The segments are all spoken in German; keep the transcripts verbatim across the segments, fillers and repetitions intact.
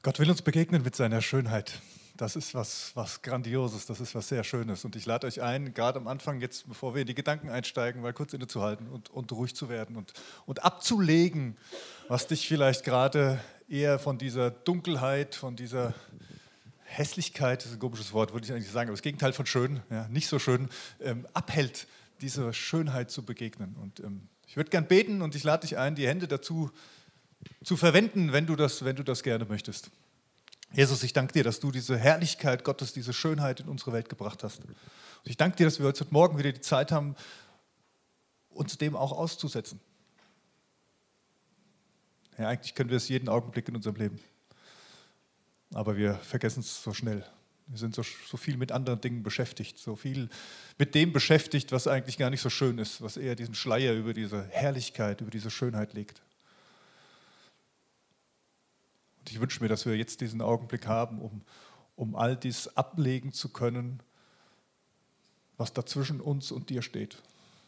Gott will uns begegnen mit seiner Schönheit. Das ist was, was Grandioses, das ist was sehr Schönes. Und ich lade euch ein, gerade am Anfang, jetzt bevor wir in die Gedanken einsteigen, mal kurz innezuhalten und, und ruhig zu werden und, und abzulegen, was dich vielleicht gerade eher von dieser Dunkelheit, von dieser Hässlichkeit, das ist ein komisches Wort, würde ich eigentlich sagen, aber das Gegenteil von schön, ja, nicht so schön, ähm, abhält, dieser Schönheit zu begegnen. Und ähm, ich würde gern beten und ich lade dich ein, die Hände dazu zu verwenden, wenn du das, wenn du das gerne möchtest. Jesus, ich danke dir, dass du diese Herrlichkeit Gottes, diese Schönheit in unsere Welt gebracht hast. Und ich danke dir, dass wir heute Morgen wieder die Zeit haben, uns dem auch auszusetzen. Ja, eigentlich können wir es jeden Augenblick in unserem Leben. Aber wir vergessen es so schnell. Wir sind so, so viel mit anderen Dingen beschäftigt, so viel mit dem beschäftigt, was eigentlich gar nicht so schön ist, was eher diesen Schleier über diese Herrlichkeit, über diese Schönheit legt. Und ich wünsche mir, dass wir jetzt diesen Augenblick haben, um, um all dies ablegen zu können, was da zwischen uns und dir steht.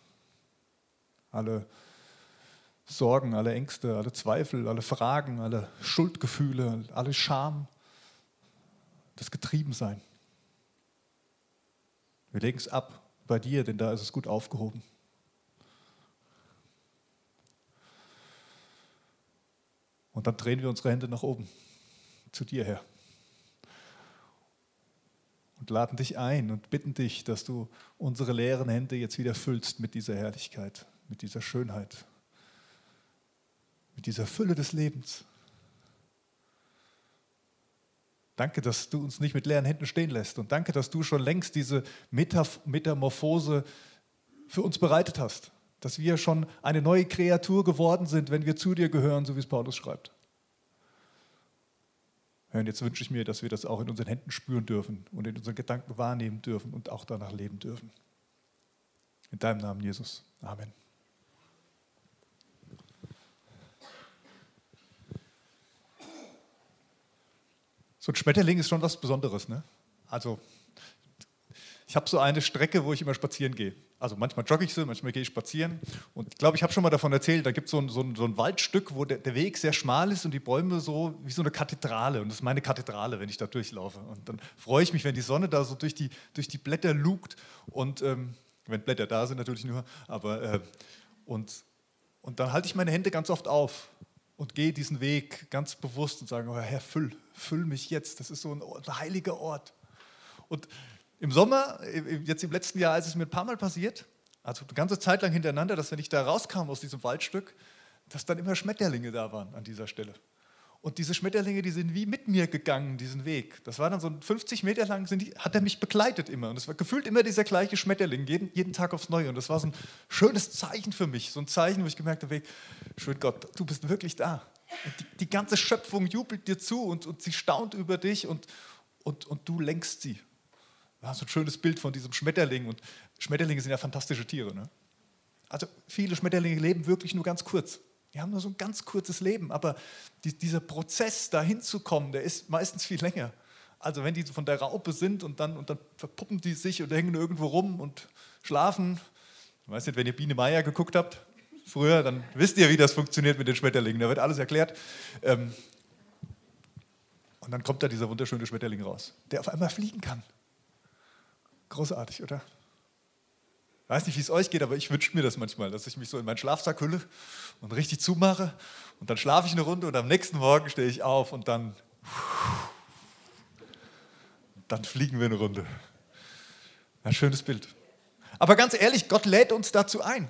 Alle Sorgen, alle Ängste, alle Zweifel, alle Fragen, alle Schuldgefühle, alle Scham, das Getriebensein. Wir legen es ab bei dir, denn da ist es gut aufgehoben. Und dann drehen wir unsere Hände nach oben, zu dir her. Und laden dich ein und bitten dich, dass du unsere leeren Hände jetzt wieder füllst mit dieser Herrlichkeit, mit dieser Schönheit, mit dieser Fülle des Lebens. Danke, dass du uns nicht mit leeren Händen stehen lässt. Und danke, dass du schon längst diese Metamorphose für uns bereitet hast. Dass wir schon eine neue Kreatur geworden sind, wenn wir zu dir gehören, so wie es Paulus schreibt. Und jetzt wünsche ich mir, dass wir das auch in unseren Händen spüren dürfen und in unseren Gedanken wahrnehmen dürfen und auch danach leben dürfen. In deinem Namen, Jesus. Amen. So ein Schmetterling ist schon was Besonderes, ne? Also, ich habe so eine Strecke, wo ich immer spazieren gehe. Also manchmal jogge ich so, manchmal gehe ich spazieren. Und ich glaube, ich habe schon mal davon erzählt, da gibt so es so ein, so ein Waldstück, wo der, der Weg sehr schmal ist und die Bäume so wie so eine Kathedrale. Und das ist meine Kathedrale, wenn ich da durchlaufe. Und dann freue ich mich, wenn die Sonne da so durch die, durch die Blätter lugt. Und ähm, wenn Blätter da sind natürlich nur. Aber, äh, und, und dann halte ich meine Hände ganz oft auf und gehe diesen Weg ganz bewusst und sage, oh Herr, füll, füll mich jetzt. Das ist so ein, ein heiliger Ort. Und im Sommer, jetzt im letzten Jahr, ist es mir ein paar Mal passiert, also eine ganze Zeit lang hintereinander, dass wenn ich da rauskam aus diesem Waldstück, dass dann immer Schmetterlinge da waren an dieser Stelle. Und diese Schmetterlinge, die sind wie mit mir gegangen, diesen Weg. Das war dann so fünfzig Meter lang, sind die, hat er mich begleitet immer. Und es war gefühlt immer dieser gleiche Schmetterling, jeden, jeden Tag aufs Neue. Und das war so ein schönes Zeichen für mich, so ein Zeichen, wo ich gemerkt habe, schön Gott, du bist wirklich da. Und die, die ganze Schöpfung jubelt dir zu und, und sie staunt über dich und, und, und du lenkst sie. Ja, so ein schönes Bild von diesem Schmetterling. Und Schmetterlinge sind ja fantastische Tiere. Ne? Also viele Schmetterlinge leben wirklich nur ganz kurz. Die haben nur so ein ganz kurzes Leben. Aber die, dieser Prozess, da hinzukommen, der ist meistens viel länger. Also wenn die von der Raupe sind und dann, und dann verpuppen die sich und hängen irgendwo rum und schlafen. Ich weiß nicht, wenn ihr Biene Meier geguckt habt früher, dann wisst ihr, wie das funktioniert mit den Schmetterlingen. Da wird alles erklärt. Ähm, und dann kommt da dieser wunderschöne Schmetterling raus, der auf einmal fliegen kann. Großartig, oder? Ich weiß nicht, wie es euch geht, aber ich wünsche mir das manchmal, dass ich mich so in meinen Schlafsack hülle und richtig zumache und dann schlafe ich eine Runde und am nächsten Morgen stehe ich auf und dann, dann fliegen wir eine Runde. Ein schönes Bild. Aber ganz ehrlich, Gott lädt uns dazu ein.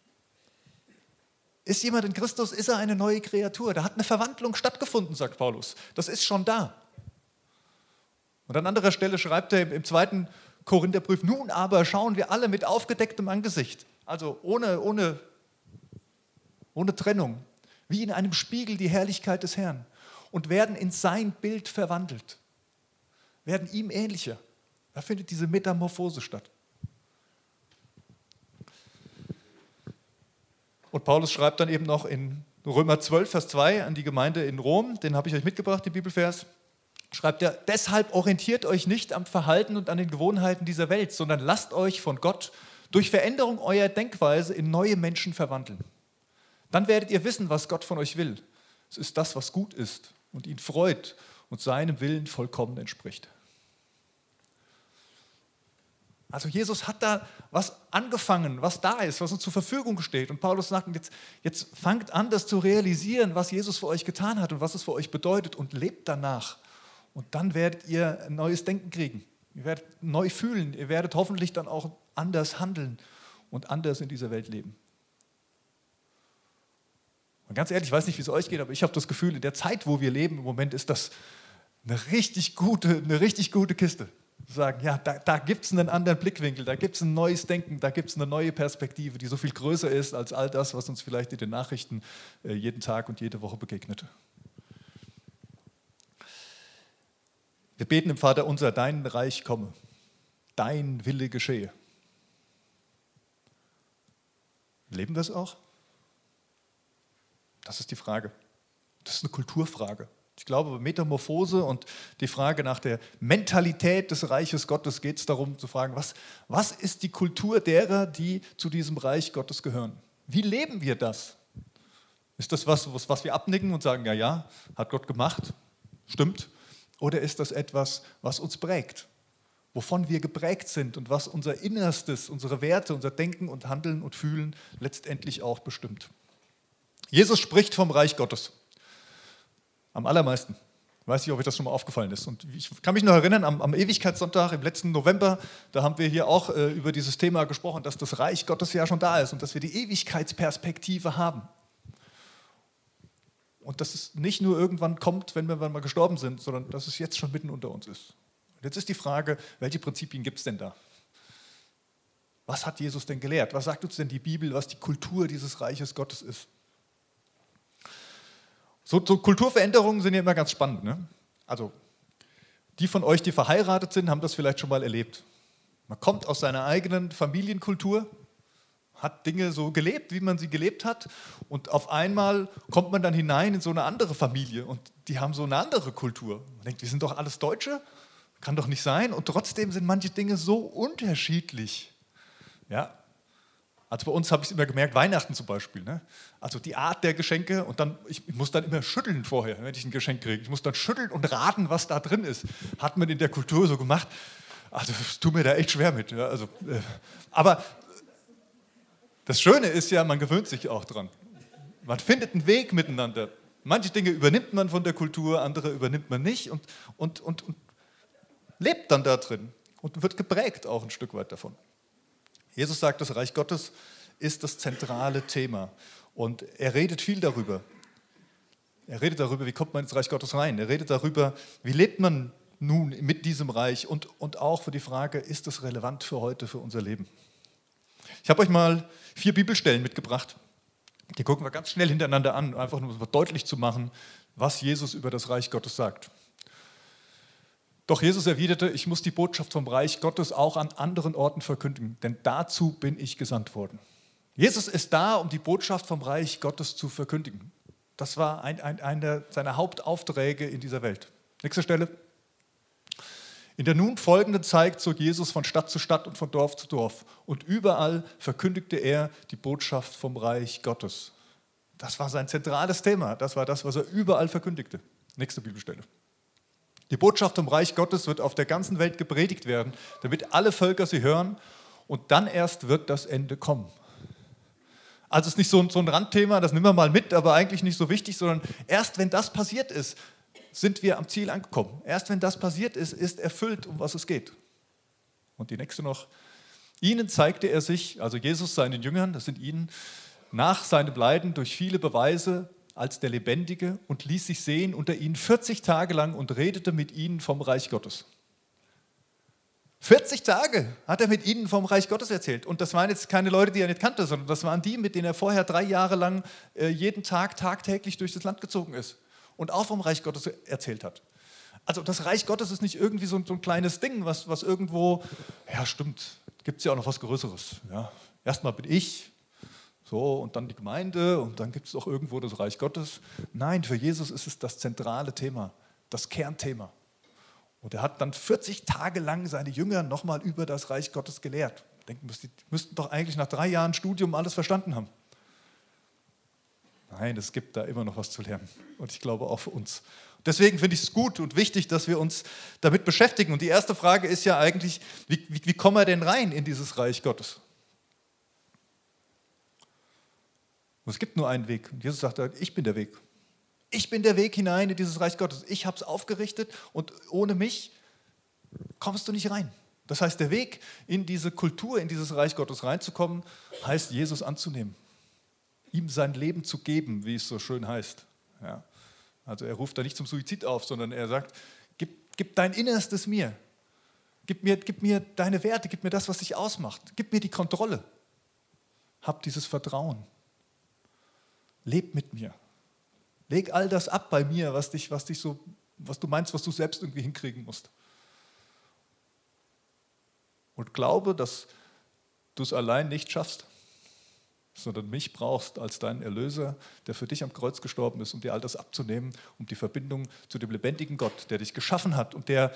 Ist jemand in Christus, ist er eine neue Kreatur. Da hat eine Verwandlung stattgefunden, sagt Paulus. Das ist schon da. Und an anderer Stelle schreibt er im zweiten Korintherbrief, nun aber schauen wir alle mit aufgedecktem Angesicht, also ohne, ohne, ohne Trennung, wie in einem Spiegel die Herrlichkeit des Herrn und werden in sein Bild verwandelt, werden ihm ähnlicher. Da findet diese Metamorphose statt. Und Paulus schreibt dann eben noch in Römer zwölf, Vers zwei an die Gemeinde in Rom, den habe ich euch mitgebracht, den Bibelvers, schreibt er, deshalb orientiert euch nicht am Verhalten und an den Gewohnheiten dieser Welt, sondern lasst euch von Gott durch Veränderung eurer Denkweise in neue Menschen verwandeln. Dann werdet ihr wissen, was Gott von euch will. Es ist das, was gut ist und ihn freut und seinem Willen vollkommen entspricht. Also Jesus hat da was angefangen, was da ist, was uns zur Verfügung steht. Und Paulus sagt, jetzt, jetzt fangt an, das zu realisieren, was Jesus für euch getan hat und was es für euch bedeutet und lebt danach. Und dann werdet ihr ein neues Denken kriegen. Ihr werdet neu fühlen. Ihr werdet hoffentlich dann auch anders handeln und anders in dieser Welt leben. Und ganz ehrlich, ich weiß nicht, wie es euch geht, aber ich habe das Gefühl, in der Zeit, wo wir leben im Moment, ist das eine richtig gute, eine richtig gute Kiste. Sagen, ja, da, da gibt es einen anderen Blickwinkel, da gibt es ein neues Denken, da gibt es eine neue Perspektive, die so viel größer ist als all das, was uns vielleicht in den Nachrichten äh, jeden Tag und jede Woche begegnet. Wir beten im Vater unser, dein Reich komme, dein Wille geschehe. Leben wir es auch? Das ist die Frage. Das ist eine Kulturfrage. Ich glaube, bei Metamorphose und die Frage nach der Mentalität des Reiches Gottes geht es darum zu fragen, was, was ist die Kultur derer, die zu diesem Reich Gottes gehören? Wie leben wir das? Ist das was, was, was wir abnicken und sagen, ja, ja, hat Gott gemacht, stimmt? Oder ist das etwas, was uns prägt, wovon wir geprägt sind und was unser Innerstes, unsere Werte, unser Denken und Handeln und Fühlen letztendlich auch bestimmt? Jesus spricht vom Reich Gottes. Am allermeisten. Ich weiß nicht, ob euch das schon mal aufgefallen ist. Und ich kann mich noch erinnern, am, am Ewigkeitssonntag im letzten November, da haben wir hier auch äh, über dieses Thema gesprochen, dass das Reich Gottes ja schon da ist und dass wir die Ewigkeitsperspektive haben. Und dass es nicht nur irgendwann kommt, wenn wir mal gestorben sind, sondern dass es jetzt schon mitten unter uns ist. Und jetzt ist die Frage, welche Prinzipien gibt es denn da? Was hat Jesus denn gelehrt? Was sagt uns denn die Bibel, was die Kultur dieses Reiches Gottes ist? So, so Kulturveränderungen sind ja immer ganz spannend. Ne? Also die von euch, die verheiratet sind, haben das vielleicht schon mal erlebt. Man kommt aus seiner eigenen Familienkultur, hat Dinge so gelebt, wie man sie gelebt hat und auf einmal kommt man dann hinein in so eine andere Familie und die haben so eine andere Kultur. Man denkt, wir sind doch alles Deutsche, kann doch nicht sein und trotzdem sind manche Dinge so unterschiedlich. Ja. Also bei uns habe ich es immer gemerkt, Weihnachten zum Beispiel. Ne? Also die Art der Geschenke und dann, ich, ich muss dann immer schütteln vorher, wenn ich ein Geschenk kriege. Ich muss dann schütteln und raten, was da drin ist. Hat man in der Kultur so gemacht. Also das tut mir da echt schwer mit. Ja? Also, äh, aber das Schöne ist ja, man gewöhnt sich auch dran. Man findet einen Weg miteinander. Manche Dinge übernimmt man von der Kultur, andere übernimmt man nicht und, und, und, und lebt dann da drin und wird geprägt auch ein Stück weit davon. Jesus sagt, das Reich Gottes ist das zentrale Thema und er redet viel darüber. Er redet darüber, wie kommt man ins Reich Gottes rein. Er redet darüber, wie lebt man nun mit diesem Reich und, und auch für die Frage, ist es relevant für heute, für unser Leben. Ich habe euch mal vier Bibelstellen mitgebracht. Die gucken wir ganz schnell hintereinander an, einfach nur deutlich zu machen, was Jesus über das Reich Gottes sagt. Doch Jesus erwiderte, ich muss die Botschaft vom Reich Gottes auch an anderen Orten verkündigen, denn dazu bin ich gesandt worden. Jesus ist da, um die Botschaft vom Reich Gottes zu verkündigen. Das war ein, ein, einer seiner Hauptaufträge in dieser Welt. Nächste Stelle. In der nun folgenden Zeit zog Jesus von Stadt zu Stadt und von Dorf zu Dorf und überall verkündigte er die Botschaft vom Reich Gottes. Das war sein zentrales Thema, das war das, was er überall verkündigte. Nächste Bibelstelle. Die Botschaft vom Reich Gottes wird auf der ganzen Welt gepredigt werden, damit alle Völker sie hören und dann erst wird das Ende kommen. Also es ist nicht so ein, so ein Randthema, das nehmen wir mal mit, aber eigentlich nicht so wichtig, sondern erst wenn das passiert ist, sind wir am Ziel angekommen. Erst wenn das passiert ist, ist erfüllt, um was es geht. Und die nächste noch. Ihnen zeigte er sich, also Jesus seinen Jüngern, das sind ihnen, nach seinem Leiden durch viele Beweise als der Lebendige und ließ sich sehen unter ihnen vierzig Tage lang und redete mit ihnen vom Reich Gottes. vierzig Tage hat er mit ihnen vom Reich Gottes erzählt. Und das waren jetzt keine Leute, die er nicht kannte, sondern das waren die, mit denen er vorher drei Jahre lang äh, jeden Tag, tagtäglich durch das Land gezogen ist und auch vom Reich Gottes erzählt hat. Also das Reich Gottes ist nicht irgendwie so ein, so ein kleines Ding, was, was irgendwo, ja stimmt, gibt es ja auch noch was Größeres. Ja. Erstmal bin ich, so, und dann die Gemeinde und dann gibt es auch irgendwo das Reich Gottes. Nein, für Jesus ist es das zentrale Thema, das Kernthema. Und er hat dann vierzig Tage lang seine Jünger nochmal über das Reich Gottes gelehrt. Denken, die müssten doch eigentlich nach drei Jahren Studium alles verstanden haben. Nein, es gibt da immer noch was zu lernen. Und ich glaube auch für uns. Deswegen finde ich es gut und wichtig, dass wir uns damit beschäftigen. Und die erste Frage ist ja eigentlich, wie, wie, wie kommen wir denn rein in dieses Reich Gottes? Und es gibt nur einen Weg. Und Jesus sagt, ich bin der Weg. Ich bin der Weg hinein in dieses Reich Gottes. Ich habe es aufgerichtet und ohne mich kommst du nicht rein. Das heißt, der Weg in diese Kultur, in dieses Reich Gottes reinzukommen, heißt, Jesus anzunehmen. Ihm sein Leben zu geben, wie es so schön heißt. Ja. Also er ruft da nicht zum Suizid auf, sondern er sagt, gib, gib dein Innerstes mir. Gib mir, gib mir deine Werte, gib mir das, was dich ausmacht. Gib mir die Kontrolle. Hab dieses Vertrauen. Leb mit mir. Leg all das ab bei mir, was dich, was dich so, was du meinst, was du selbst irgendwie hinkriegen musst. Und glaube, dass du es allein nicht schaffst, sondern mich brauchst als deinen Erlöser, der für dich am Kreuz gestorben ist, um dir all das abzunehmen, um die Verbindung zu dem lebendigen Gott, der dich geschaffen hat und der,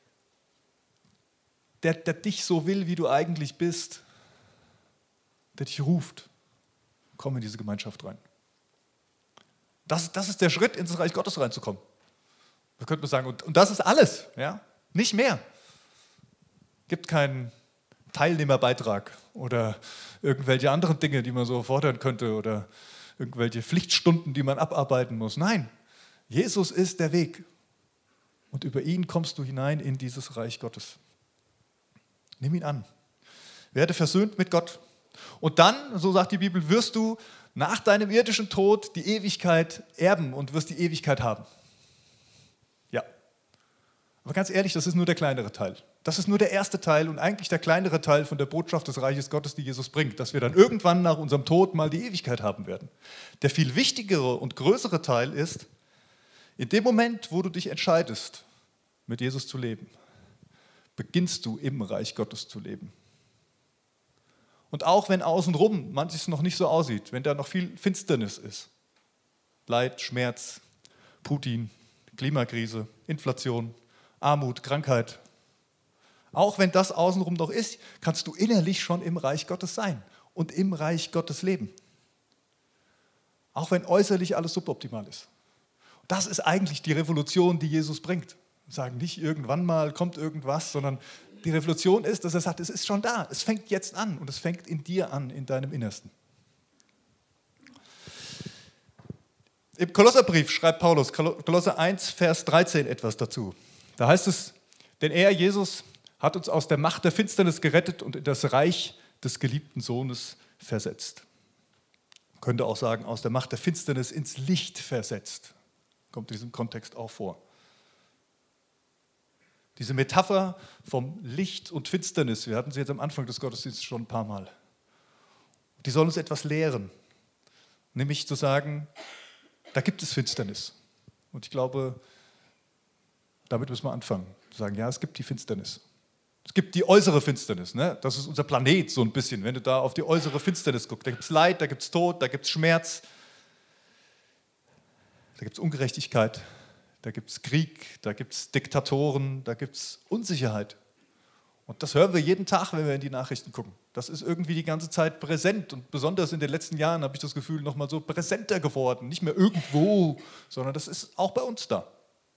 der, der dich so will, wie du eigentlich bist, der dich ruft. Komm in diese Gemeinschaft rein. Das, das ist der Schritt, ins Reich Gottes reinzukommen. Da könnte man sagen, und, und das ist alles, ja? Nicht mehr. Gibt keinen Teilnehmerbeitrag oder irgendwelche anderen Dinge, die man so fordern könnte oder irgendwelche Pflichtstunden, die man abarbeiten muss. Nein, Jesus ist der Weg und über ihn kommst du hinein in dieses Reich Gottes. Nimm ihn an. Werde versöhnt mit Gott. Und dann, so sagt die Bibel, wirst du nach deinem irdischen Tod die Ewigkeit erben und wirst die Ewigkeit haben. Ja. Aber ganz ehrlich, das ist nur der kleinere Teil. Das ist nur der erste Teil und eigentlich der kleinere Teil von der Botschaft des Reiches Gottes, die Jesus bringt, dass wir dann irgendwann nach unserem Tod mal die Ewigkeit haben werden. Der viel wichtigere und größere Teil ist, in dem Moment, wo du dich entscheidest, mit Jesus zu leben, beginnst du im Reich Gottes zu leben. Und auch wenn außenrum manches noch nicht so aussieht, wenn da noch viel Finsternis ist, Leid, Schmerz, Putin, Klimakrise, Inflation, Armut, Krankheit, auch wenn das außenrum noch ist, kannst du innerlich schon im Reich Gottes sein und im Reich Gottes leben. Auch wenn äußerlich alles suboptimal ist. Das ist eigentlich die Revolution, die Jesus bringt. Wir sagen nicht, irgendwann mal kommt irgendwas, sondern die Revolution ist, dass er sagt, es ist schon da. Es fängt jetzt an und es fängt in dir an, in deinem Innersten. Im Kolosserbrief schreibt Paulus, Kolosser eins, Vers dreizehn etwas dazu. Da heißt es, denn er, Jesus, hat uns aus der Macht der Finsternis gerettet und in das Reich des geliebten Sohnes versetzt. Man könnte auch sagen, aus der Macht der Finsternis ins Licht versetzt. Kommt in diesem Kontext auch vor. Diese Metapher vom Licht und Finsternis, wir hatten sie jetzt am Anfang des Gottesdienstes schon ein paar Mal. Die soll uns etwas lehren. Nämlich zu sagen, da gibt es Finsternis. Und ich glaube, damit müssen wir anfangen. Zu sagen, ja, es gibt die Finsternis. Es gibt die äußere Finsternis, ne? Das ist unser Planet so ein bisschen, wenn du da auf die äußere Finsternis guckst. Da gibt es Leid, da gibt es Tod, da gibt es Schmerz, da gibt es Ungerechtigkeit, da gibt es Krieg, da gibt es Diktatoren, da gibt es Unsicherheit. Und das hören wir jeden Tag, wenn wir in die Nachrichten gucken. Das ist irgendwie die ganze Zeit präsent und besonders in den letzten Jahren habe ich das Gefühl, nochmal so präsenter geworden. Nicht mehr irgendwo, sondern das ist auch bei uns da.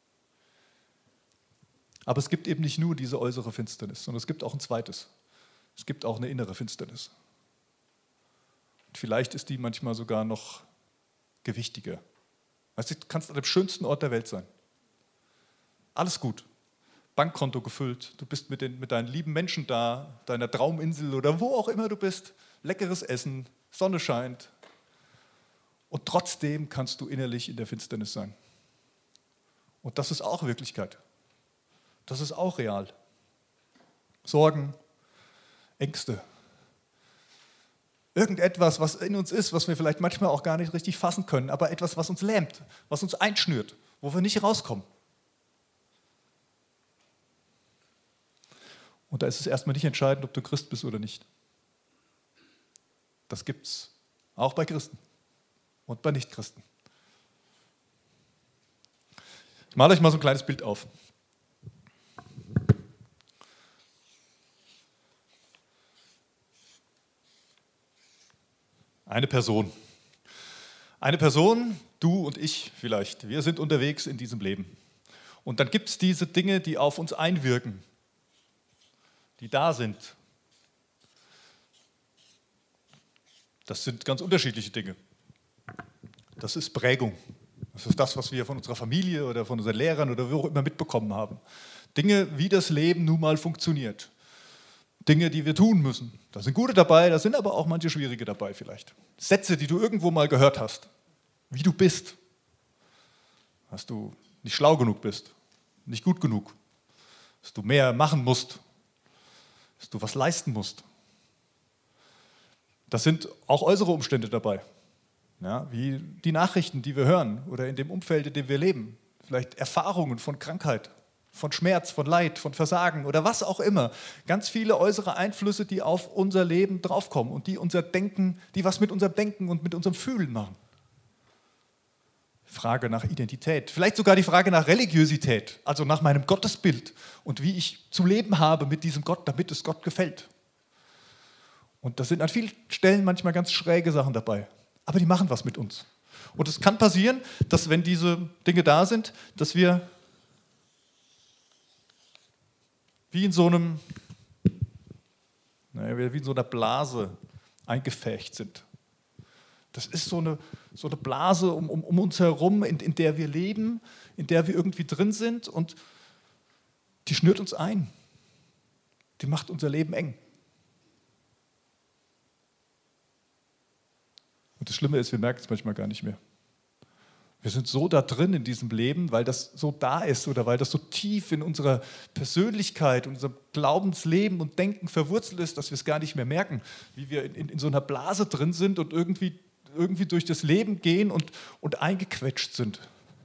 Aber es gibt eben nicht nur diese äußere Finsternis, sondern es gibt auch ein zweites. Es gibt auch eine innere Finsternis. Und vielleicht ist die manchmal sogar noch gewichtiger. Weißt du, du kannst an dem schönsten Ort der Welt sein. Alles gut. Bankkonto gefüllt. Du bist mit, den, mit deinen lieben Menschen da, deiner Trauminsel oder wo auch immer du bist. Leckeres Essen, Sonne scheint. Und trotzdem kannst du innerlich in der Finsternis sein. Und das ist auch Wirklichkeit. Das ist auch real. Sorgen, Ängste. Irgendetwas, was in uns ist, was wir vielleicht manchmal auch gar nicht richtig fassen können, aber etwas, was uns lähmt, was uns einschnürt, wo wir nicht rauskommen. Und da ist es erstmal nicht entscheidend, ob du Christ bist oder nicht. Das gibt es auch bei Christen und bei Nichtchristen. Ich male euch mal so ein kleines Bild auf. Eine Person. Eine Person, du und ich vielleicht, wir sind unterwegs in diesem Leben. Und dann gibt es diese Dinge, die auf uns einwirken, die da sind. Das sind ganz unterschiedliche Dinge. Das ist Prägung. Das ist das, was wir von unserer Familie oder von unseren Lehrern oder wo auch immer mitbekommen haben. Dinge, wie das Leben nun mal funktioniert. Dinge, die wir tun müssen. Da sind gute dabei, da sind aber auch manche schwierige dabei vielleicht. Sätze, die du irgendwo mal gehört hast. Wie du bist. Dass du nicht schlau genug bist, nicht gut genug. Dass du mehr machen musst. Dass du was leisten musst. Das sind auch äußere Umstände dabei. Ja, wie die Nachrichten, die wir hören oder in dem Umfeld, in dem wir leben. Vielleicht Erfahrungen von Krankheit, von Schmerz, von Leid, von Versagen oder was auch immer. Ganz viele äußere Einflüsse, die auf unser Leben draufkommen und die unser Denken, die was mit unserem Denken und mit unserem Fühlen machen. Frage nach Identität, vielleicht sogar die Frage nach Religiosität, also nach meinem Gottesbild und wie ich zu leben habe mit diesem Gott, damit es Gott gefällt. Und da sind an vielen Stellen manchmal ganz schräge Sachen dabei, aber die machen was mit uns. Und es kann passieren, dass wenn diese Dinge da sind, dass wir wie in so einem, naja, wie in so einer Blase eingefärcht sind. Das ist so eine, so eine Blase um, um, um uns herum, in, in der wir leben, in der wir irgendwie drin sind und die schnürt uns ein. Die macht unser Leben eng. Und das Schlimme ist, wir merken es manchmal gar nicht mehr. Wir sind so da drin in diesem Leben, weil das so da ist oder weil das so tief in unserer Persönlichkeit, in unserem Glaubensleben und Denken verwurzelt ist, dass wir es gar nicht mehr merken, wie wir in, in, in so einer Blase drin sind und irgendwie, irgendwie durch das Leben gehen und, und eingequetscht sind.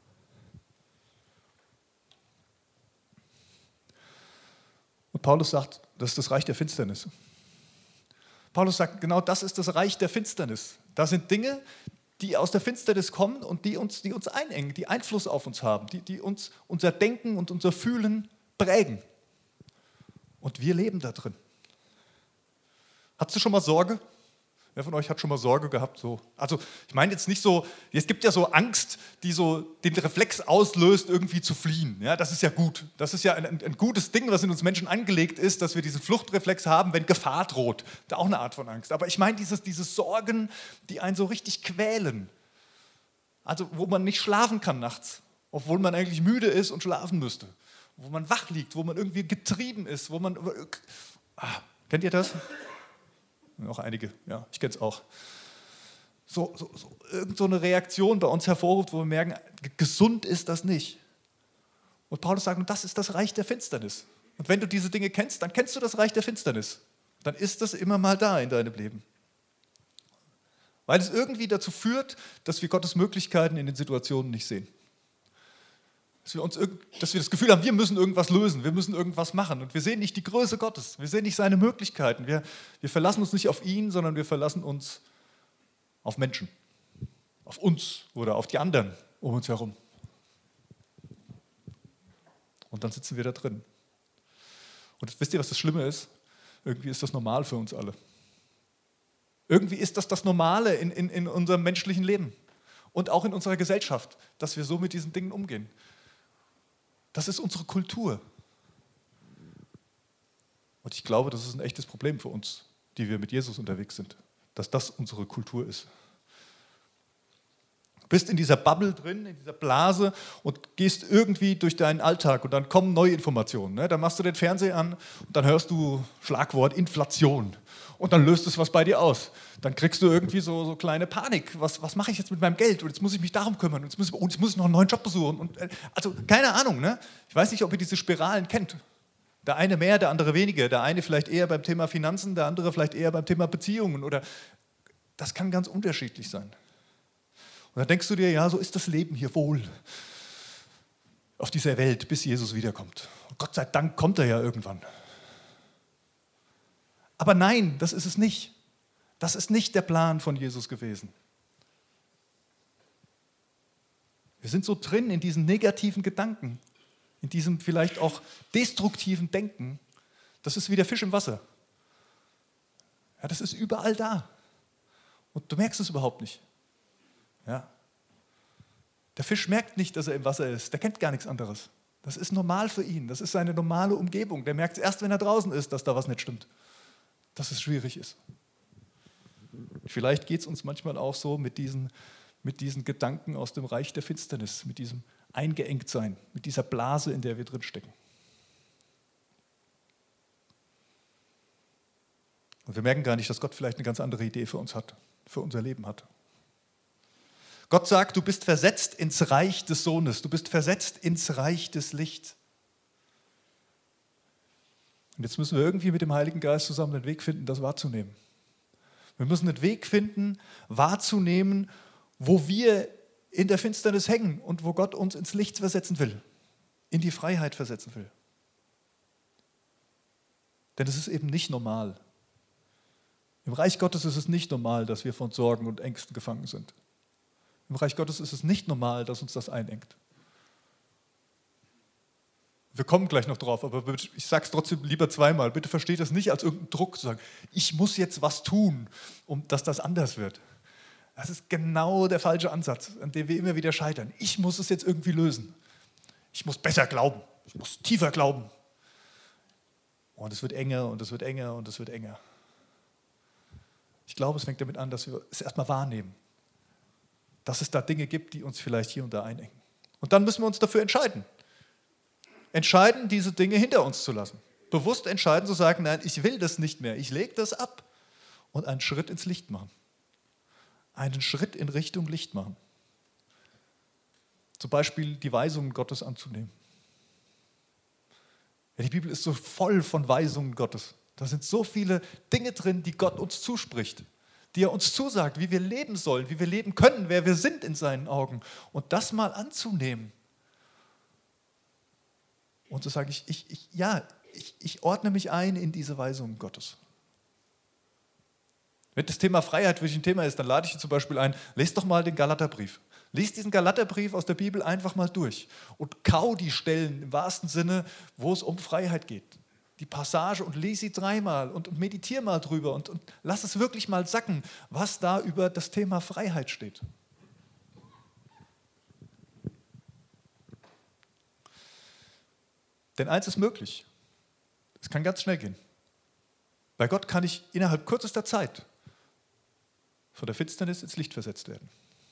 Und Paulus sagt, das ist das Reich der Finsternis. Paulus sagt, genau das ist das Reich der Finsternis. Da sind Dinge, die aus der Finsternis kommen und die uns, die uns einengen, die Einfluss auf uns haben, die, die uns unser Denken und unser Fühlen prägen. Und wir leben da drin. Hattest du schon mal Sorge? Wer von euch hat schon mal Sorge gehabt? So? Also ich meine jetzt nicht so, es gibt ja so Angst, die so den Reflex auslöst, irgendwie zu fliehen. Ja, das ist ja gut. Das ist ja ein, ein, ein gutes Ding, was in uns Menschen angelegt ist, dass wir diesen Fluchtreflex haben, wenn Gefahr droht. Das ist auch eine Art von Angst. Aber ich meine dieses, diese Sorgen, die einen so richtig quälen. Also wo man nicht schlafen kann nachts, obwohl man eigentlich müde ist und schlafen müsste. Wo man wach liegt, wo man irgendwie getrieben ist, wo man... Ah, kennt ihr das? Noch einige, ja, ich kenne es auch. So, so, so, irgend so eine Reaktion bei uns hervorruft, wo wir merken, gesund ist das nicht. Und Paulus sagt, und das ist das Reich der Finsternis. Und wenn du diese Dinge kennst, dann kennst du das Reich der Finsternis. Dann ist das immer mal da in deinem Leben. Weil es irgendwie dazu führt, dass wir Gottes Möglichkeiten in den Situationen nicht sehen. Dass wir, uns, dass wir das Gefühl haben, wir müssen irgendwas lösen, wir müssen irgendwas machen. Und wir sehen nicht die Größe Gottes, wir sehen nicht seine Möglichkeiten. Wir, wir verlassen uns nicht auf ihn, sondern wir verlassen uns auf Menschen, auf uns oder auf die anderen um uns herum. Und dann sitzen wir da drin. Und wisst ihr, was das Schlimme ist? Irgendwie ist das normal für uns alle. Irgendwie ist das das Normale in, in, in unserem menschlichen Leben und auch in unserer Gesellschaft, dass wir so mit diesen Dingen umgehen. Das ist unsere Kultur. Und ich glaube, das ist ein echtes Problem für uns, die wir mit Jesus unterwegs sind, dass das unsere Kultur ist. Du bist in dieser Bubble drin, in dieser Blase und gehst irgendwie durch deinen Alltag und dann kommen neue Informationen. Ne? Dann machst du den Fernseher an und dann hörst du Schlagwort Inflation und dann löst es was bei dir aus. Dann kriegst du irgendwie so, so kleine Panik. Was, was mache ich jetzt mit meinem Geld? Und jetzt muss ich mich darum kümmern. Und jetzt muss ich, und jetzt muss ich noch einen neuen Job besuchen. Und, also keine Ahnung. Ne? Ich weiß nicht, ob ihr diese Spiralen kennt. Der eine mehr, der andere weniger. Der eine vielleicht eher beim Thema Finanzen, der andere vielleicht eher beim Thema Beziehungen. Oder das kann ganz unterschiedlich sein. Und dann denkst du dir, ja, so ist das Leben hier wohl auf dieser Welt, bis Jesus wiederkommt. Und Gott sei Dank kommt er ja irgendwann. Aber nein, das ist es nicht. Das ist nicht der Plan von Jesus gewesen. Wir sind so drin in diesen negativen Gedanken, in diesem vielleicht auch destruktiven Denken. Das ist wie der Fisch im Wasser. Ja, das ist überall da. Und du merkst es überhaupt nicht. Ja. Der Fisch merkt nicht, dass er im Wasser ist. Der kennt gar nichts anderes. Das ist normal für ihn. Das ist seine normale Umgebung. Der merkt es erst, wenn er draußen ist, dass da was nicht stimmt. Dass es schwierig ist. Vielleicht geht es uns manchmal auch so mit diesen, mit diesen Gedanken aus dem Reich der Finsternis, mit diesem Eingeengtsein, mit dieser Blase, in der wir drinstecken. Und wir merken gar nicht, dass Gott vielleicht eine ganz andere Idee für uns hat, für unser Leben hat. Gott sagt, du bist versetzt ins Reich des Sohnes, du bist versetzt ins Reich des Lichts. Und jetzt müssen wir irgendwie mit dem Heiligen Geist zusammen den Weg finden, das wahrzunehmen. Wir müssen den Weg finden, wahrzunehmen, wo wir in der Finsternis hängen und wo Gott uns ins Licht versetzen will, in die Freiheit versetzen will. Denn es ist eben nicht normal. Im Reich Gottes ist es nicht normal, dass wir von Sorgen und Ängsten gefangen sind. Im Reich Gottes ist es nicht normal, dass uns das einengt. Wir kommen gleich noch drauf, aber ich sage es trotzdem lieber zweimal. Bitte versteht das nicht als irgendeinen Druck zu sagen, ich muss jetzt was tun, um dass das anders wird. Das ist genau der falsche Ansatz, an dem wir immer wieder scheitern. Ich muss es jetzt irgendwie lösen. Ich muss besser glauben. Ich muss tiefer glauben. Und es wird enger und es wird enger und es wird enger. Ich glaube, es fängt damit an, dass wir es erstmal wahrnehmen, dass es da Dinge gibt, die uns vielleicht hier und da einengen. Und dann müssen wir uns dafür entscheiden. Entscheiden, diese Dinge hinter uns zu lassen. Bewusst entscheiden, zu sagen, nein, ich will das nicht mehr, ich lege das ab und einen Schritt ins Licht machen. Einen Schritt in Richtung Licht machen. Zum Beispiel die Weisungen Gottes anzunehmen. Ja, die Bibel ist so voll von Weisungen Gottes. Da sind so viele Dinge drin, die Gott uns zuspricht, die er uns zusagt, wie wir leben sollen, wie wir leben können, wer wir sind in seinen Augen. Und das mal anzunehmen. Und zu sagen, ich, ich, ich, ja, ich, ich ordne mich ein in diese Weisungen Gottes. Wenn das Thema Freiheit für dich ein Thema ist, dann lade ich dich zum Beispiel ein, lest doch mal den Galaterbrief. Lies diesen Galaterbrief aus der Bibel einfach mal durch und kau die Stellen im wahrsten Sinne, wo es um Freiheit geht. Die Passage und lies sie dreimal und, und meditiere mal drüber und, und lass es wirklich mal sacken, was da über das Thema Freiheit steht. Denn eins ist möglich, es kann ganz schnell gehen. Bei Gott kann ich innerhalb kürzester Zeit von der Finsternis ins Licht versetzt werden.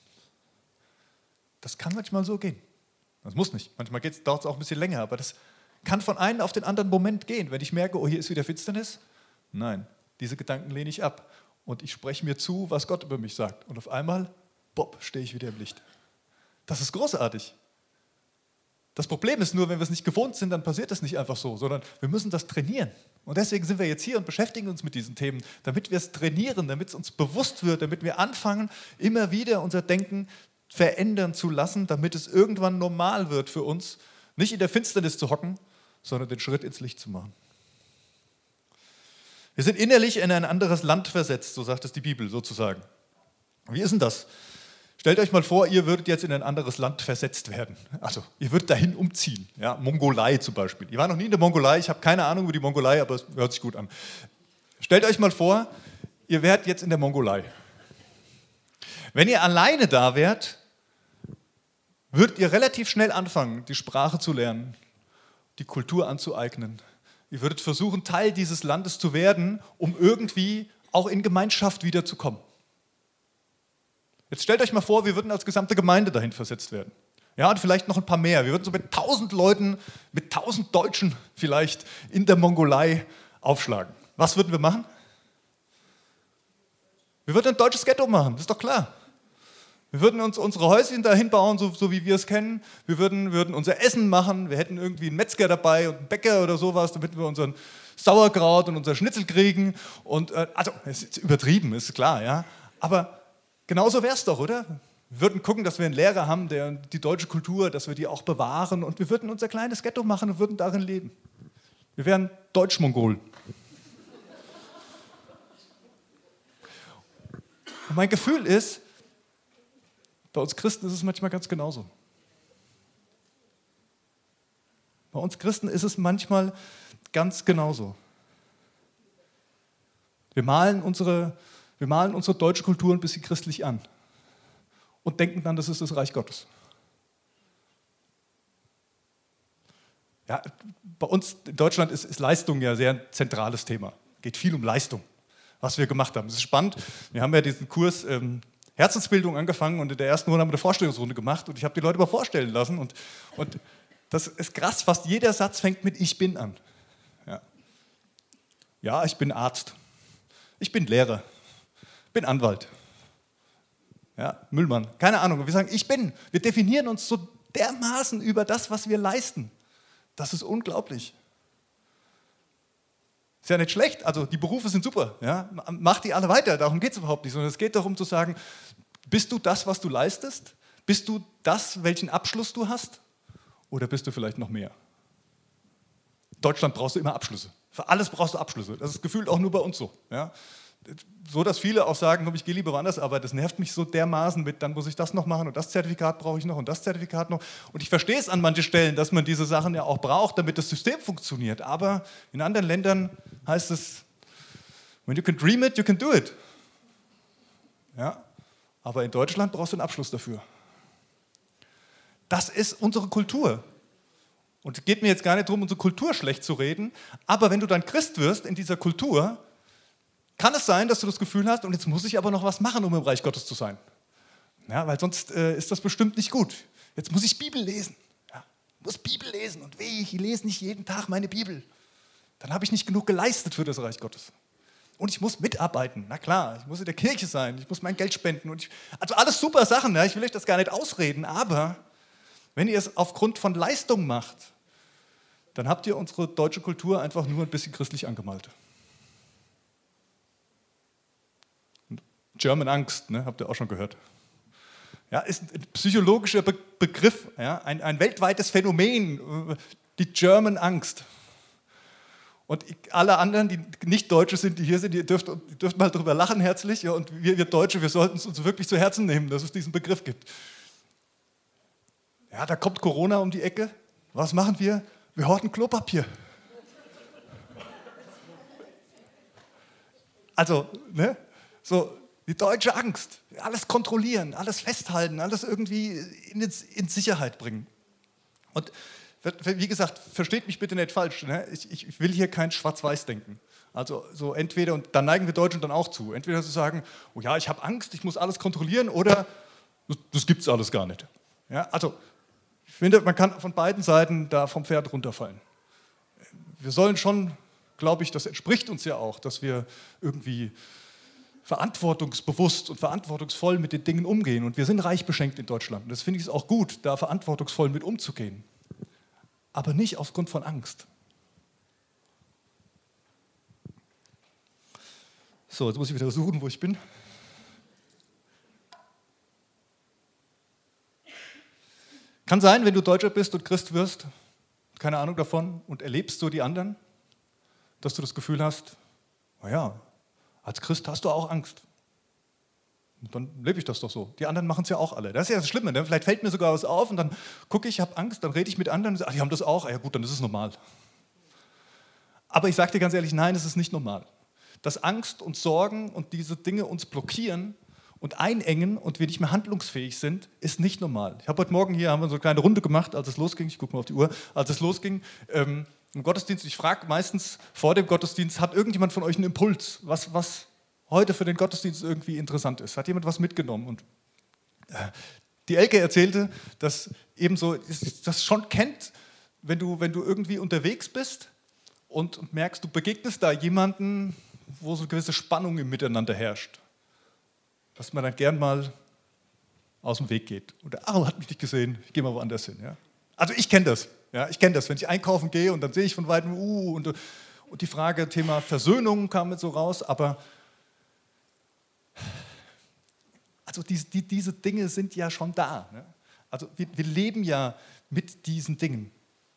Das kann manchmal so gehen. Das muss nicht. Manchmal dauert es auch ein bisschen länger, aber das kann von einem auf den anderen Moment gehen. Wenn ich merke, oh, hier ist wieder Finsternis. Nein, diese Gedanken lehne ich ab. Und ich spreche mir zu, was Gott über mich sagt. Und auf einmal, bopp, stehe ich wieder im Licht. Das ist großartig. Das Problem ist nur, wenn wir es nicht gewohnt sind, dann passiert das nicht einfach so, sondern wir müssen das trainieren. Und deswegen sind wir jetzt hier und beschäftigen uns mit diesen Themen, damit wir es trainieren, damit es uns bewusst wird, damit wir anfangen, immer wieder unser Denken verändern zu lassen, damit es irgendwann normal wird für uns, nicht in der Finsternis zu hocken, sondern den Schritt ins Licht zu machen. Wir sind innerlich in ein anderes Land versetzt, so sagt es die Bibel sozusagen. Wie ist denn das? Stellt euch mal vor, ihr würdet jetzt in ein anderes Land versetzt werden. Also, ihr würdet dahin umziehen. Ja, Mongolei zum Beispiel. Ich war noch nie in der Mongolei, ich habe keine Ahnung über die Mongolei, aber es hört sich gut an. Stellt euch mal vor, ihr wärt jetzt in der Mongolei. Wenn ihr alleine da wärt, würdet ihr relativ schnell anfangen, die Sprache zu lernen, die Kultur anzueignen. Ihr würdet versuchen, Teil dieses Landes zu werden, um irgendwie auch in Gemeinschaft wiederzukommen. Jetzt stellt euch mal vor, wir würden als gesamte Gemeinde dahin versetzt werden. Ja, und vielleicht noch ein paar mehr. Wir würden so mit tausend Leuten, mit tausend Deutschen vielleicht in der Mongolei aufschlagen. Was würden wir machen? Wir würden ein deutsches Ghetto machen, das ist doch klar. Wir würden uns unsere Häuschen dahin bauen, so, so wie wir es kennen. Wir würden, würden unser Essen machen. Wir hätten irgendwie einen Metzger dabei und einen Bäcker oder sowas, damit wir unseren Sauerkraut und unser Schnitzel kriegen. Und, äh, also, es ist übertrieben, ist klar, ja. Aber genauso wäre es doch, oder? Wir würden gucken, dass wir einen Lehrer haben, der die deutsche Kultur, dass wir die auch bewahren. Und wir würden unser kleines Ghetto machen und würden darin leben. Wir wären Deutsch-Mongolen. Und mein Gefühl ist, bei uns Christen ist es manchmal ganz genauso. Bei uns Christen ist es manchmal ganz genauso. Wir malen unsere, wir malen unsere deutsche Kultur ein bisschen christlich an. und denken dann, das ist das Reich Gottes. Ja, bei uns in Deutschland ist, ist Leistung ja sehr ein zentrales Thema. Es geht viel um Leistung, was wir gemacht haben. Es ist spannend. Wir haben ja diesen Kurs ähm, Herzensbildung angefangen und in der ersten Runde haben wir eine Vorstellungsrunde gemacht und ich habe die Leute mal vorstellen lassen. Und, und das ist krass, fast jeder Satz fängt mit Ich bin an. Ja, ja, ich bin Arzt. Ich bin Lehrer. Ich bin Anwalt. Ja, Müllmann. Keine Ahnung. Wir sagen, ich bin. Wir definieren uns so dermaßen über das, was wir leisten. Das ist unglaublich. Ist ja nicht schlecht, also die Berufe sind super, ja? Mach die alle weiter, darum geht es überhaupt nicht, sondern es geht darum zu sagen, bist du das, was du leistest? Bist du das, welchen Abschluss du hast? Oder bist du vielleicht noch mehr? In Deutschland brauchst du immer Abschlüsse. Für alles brauchst du Abschlüsse. Das ist gefühlt auch nur bei uns so. Ja? So, dass viele auch sagen, ich gehe lieber woanders, aber das nervt mich so dermaßen mit, dann muss ich das noch machen und das Zertifikat brauche ich noch und das Zertifikat noch. Und ich verstehe es an manchen Stellen, dass man diese Sachen ja auch braucht, damit das System funktioniert. Aber in anderen Ländern heißt es, when you can dream it, you can do it. Ja? Aber in Deutschland brauchst du einen Abschluss dafür. Das ist unsere Kultur. Und es geht mir jetzt gar nicht darum, unsere Kultur schlecht zu reden, aber wenn du dann Christ wirst in dieser Kultur, kann es sein, dass du das Gefühl hast, und jetzt muss ich aber noch was machen, um im Reich Gottes zu sein. Ja, weil sonst äh, ist das bestimmt nicht gut. Jetzt muss ich Bibel lesen. Ja, ich muss Bibel lesen und weh, ich lese nicht jeden Tag meine Bibel. Dann habe ich nicht genug geleistet für das Reich Gottes. Und ich muss mitarbeiten, na klar, ich muss in der Kirche sein, ich muss mein Geld spenden. Und ich, also alles super Sachen, ja, ich will euch das gar nicht ausreden, aber wenn ihr es aufgrund von Leistung macht, dann habt ihr unsere deutsche Kultur einfach nur ein bisschen christlich angemalt. German Angst, ne, habt ihr auch schon gehört. Ja, ist ein psychologischer Be- Begriff, ja, ein, ein weltweites Phänomen, die German Angst. Und alle anderen, die nicht Deutsche sind, die hier sind, die dürft, die dürft mal darüber lachen herzlich. Ja, und wir, wir Deutsche, wir sollten es uns wirklich zu Herzen nehmen, dass es diesen Begriff gibt. Ja, da kommt Corona um die Ecke. Was machen wir? Wir horten Klopapier. Also, ne, so... Die deutsche Angst, alles kontrollieren, alles festhalten, alles irgendwie in, in Sicherheit bringen. Und wie gesagt, versteht mich bitte nicht falsch, ne? ich, ich will hier kein Schwarz-Weiß-Denken. Also so entweder, und da neigen wir Deutschen dann auch zu, entweder zu sagen, oh ja, ich habe Angst, ich muss alles kontrollieren, oder das, das gibt es alles gar nicht. Ja, also ich finde, man kann von beiden Seiten da vom Pferd runterfallen. Wir sollen schon, glaube ich, das entspricht uns ja auch, dass wir irgendwie verantwortungsbewusst und verantwortungsvoll mit den Dingen umgehen. Und wir sind reich beschenkt in Deutschland. Und das finde ich auch gut, da verantwortungsvoll mit umzugehen. Aber nicht aufgrund von Angst. So, jetzt muss ich wieder suchen, wo ich bin. Kann sein, wenn du Deutscher bist und Christ wirst, keine Ahnung davon, und erlebst so die anderen, dass du das Gefühl hast, naja, als Christ hast du auch Angst. Und dann lebe ich das doch so. Die anderen machen es ja auch alle. Das ist ja das Schlimme. Ne? Vielleicht fällt mir sogar was auf und dann gucke ich, ich habe Angst, dann rede ich mit anderen und sage, ach, die haben das auch. Ah, ja gut, dann ist es normal. Aber ich sage dir ganz ehrlich, nein, es ist nicht normal. Dass Angst und Sorgen und diese Dinge uns blockieren und einengen und wir nicht mehr handlungsfähig sind, ist nicht normal. Ich habe heute Morgen hier, haben wir so eine kleine Runde gemacht, als es losging, ich gucke mal auf die Uhr, als es losging, ähm, im Gottesdienst, ich frage meistens vor dem Gottesdienst, hat irgendjemand von euch einen Impuls, was, was heute für den Gottesdienst irgendwie interessant ist? Hat jemand was mitgenommen? Und äh, die Elke erzählte, dass ebenso das schon kennt, wenn du, wenn du irgendwie unterwegs bist und, und merkst, du begegnest da jemanden, wo so eine gewisse Spannung im Miteinander herrscht. Dass man dann gern mal aus dem Weg geht. Oder, ah, hat mich nicht gesehen, ich gehe mal woanders hin. Ja? Also ich kenne das. Ja, ich kenne das, wenn ich einkaufen gehe und dann sehe ich von weitem, uh, und, und die Frage, Thema Versöhnung kam mit so raus, aber also die, die, diese Dinge sind ja schon da. Ne? Also wir, wir leben ja mit diesen Dingen.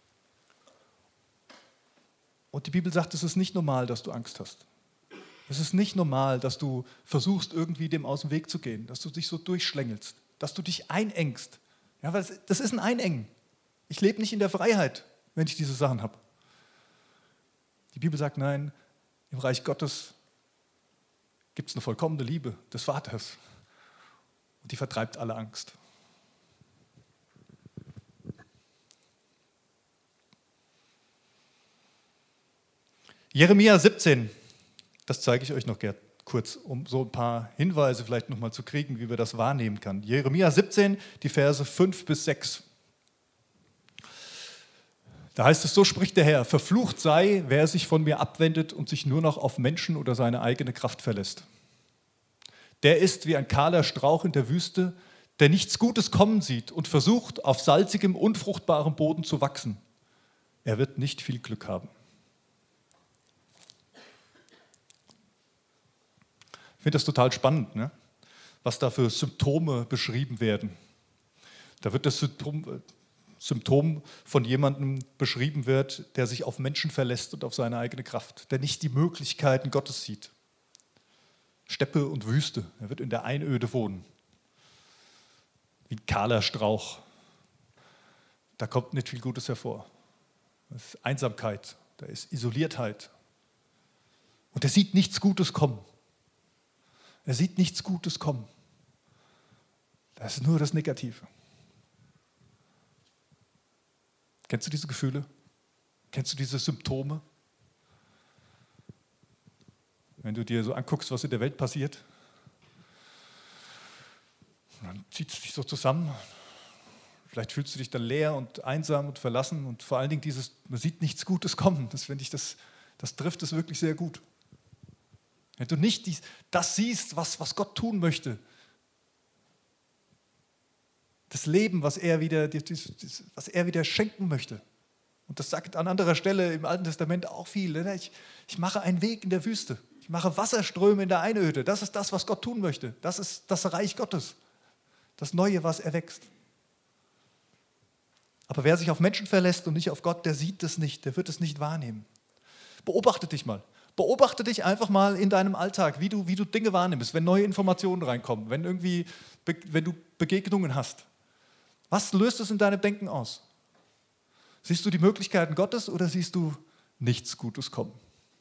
Und die Bibel sagt, es ist nicht normal, dass du Angst hast. Es ist nicht normal, dass du versuchst, irgendwie dem aus dem Weg zu gehen, dass du dich so durchschlängelst, dass du dich einengst. Ja, weil das ist ein Einengen. Ich lebe nicht in der Freiheit, wenn ich diese Sachen habe. Die Bibel sagt, nein, im Reich Gottes gibt es eine vollkommene Liebe des Vaters. und die vertreibt alle Angst. Jeremia siebzehn, das zeige ich euch noch gerne kurz, um so ein paar Hinweise vielleicht nochmal zu kriegen, wie wir das wahrnehmen können. Jeremia siebzehn, die Verse fünf bis sechs. Da heißt es, so spricht der Herr, verflucht sei, wer sich von mir abwendet und sich nur noch auf Menschen oder seine eigene Kraft verlässt. Der ist wie ein kahler Strauch in der Wüste, der nichts Gutes kommen sieht und versucht, auf salzigem, unfruchtbarem Boden zu wachsen. Er wird nicht viel Glück haben. Ich finde das total spannend, ne? Was da für Symptome beschrieben werden. Da wird das Symptom, Symptom von jemandem beschrieben wird, der sich auf Menschen verlässt und auf seine eigene Kraft, der nicht die Möglichkeiten Gottes sieht. Steppe und Wüste, er wird in der Einöde wohnen. Wie ein kahler Strauch. Da kommt nicht viel Gutes hervor. Das ist Einsamkeit, da ist Isoliertheit. Und er sieht nichts Gutes kommen. Er sieht nichts Gutes kommen. Das ist nur das Negative. Kennst du diese Gefühle? Kennst du diese Symptome? Wenn du dir so anguckst, was in der Welt passiert, dann zieht es dich so zusammen. Vielleicht fühlst du dich dann leer und einsam und verlassen und vor allen Dingen dieses, man sieht nichts Gutes kommen. Das finde ich, das, das trifft es wirklich sehr gut. Wenn du nicht dies, das siehst, was, was Gott tun möchte, das Leben, was er, wieder, was er wieder schenken möchte. Und das sagt an anderer Stelle im Alten Testament auch viel. Ich, ich mache einen Weg in der Wüste. Ich mache Wasserströme in der Einöde. Das ist das, was Gott tun möchte. Das ist das Reich Gottes. Das Neue, was erwächst. Aber wer sich auf Menschen verlässt und nicht auf Gott, der sieht es nicht, der wird es nicht wahrnehmen. Beobachte dich mal. Beobachte dich einfach mal in deinem Alltag, wie du, wie du Dinge wahrnimmst, wenn neue Informationen reinkommen, wenn, irgendwie, wenn du Begegnungen hast. Was löst es in deinem Denken aus? Siehst du die Möglichkeiten Gottes oder siehst du nichts Gutes kommen?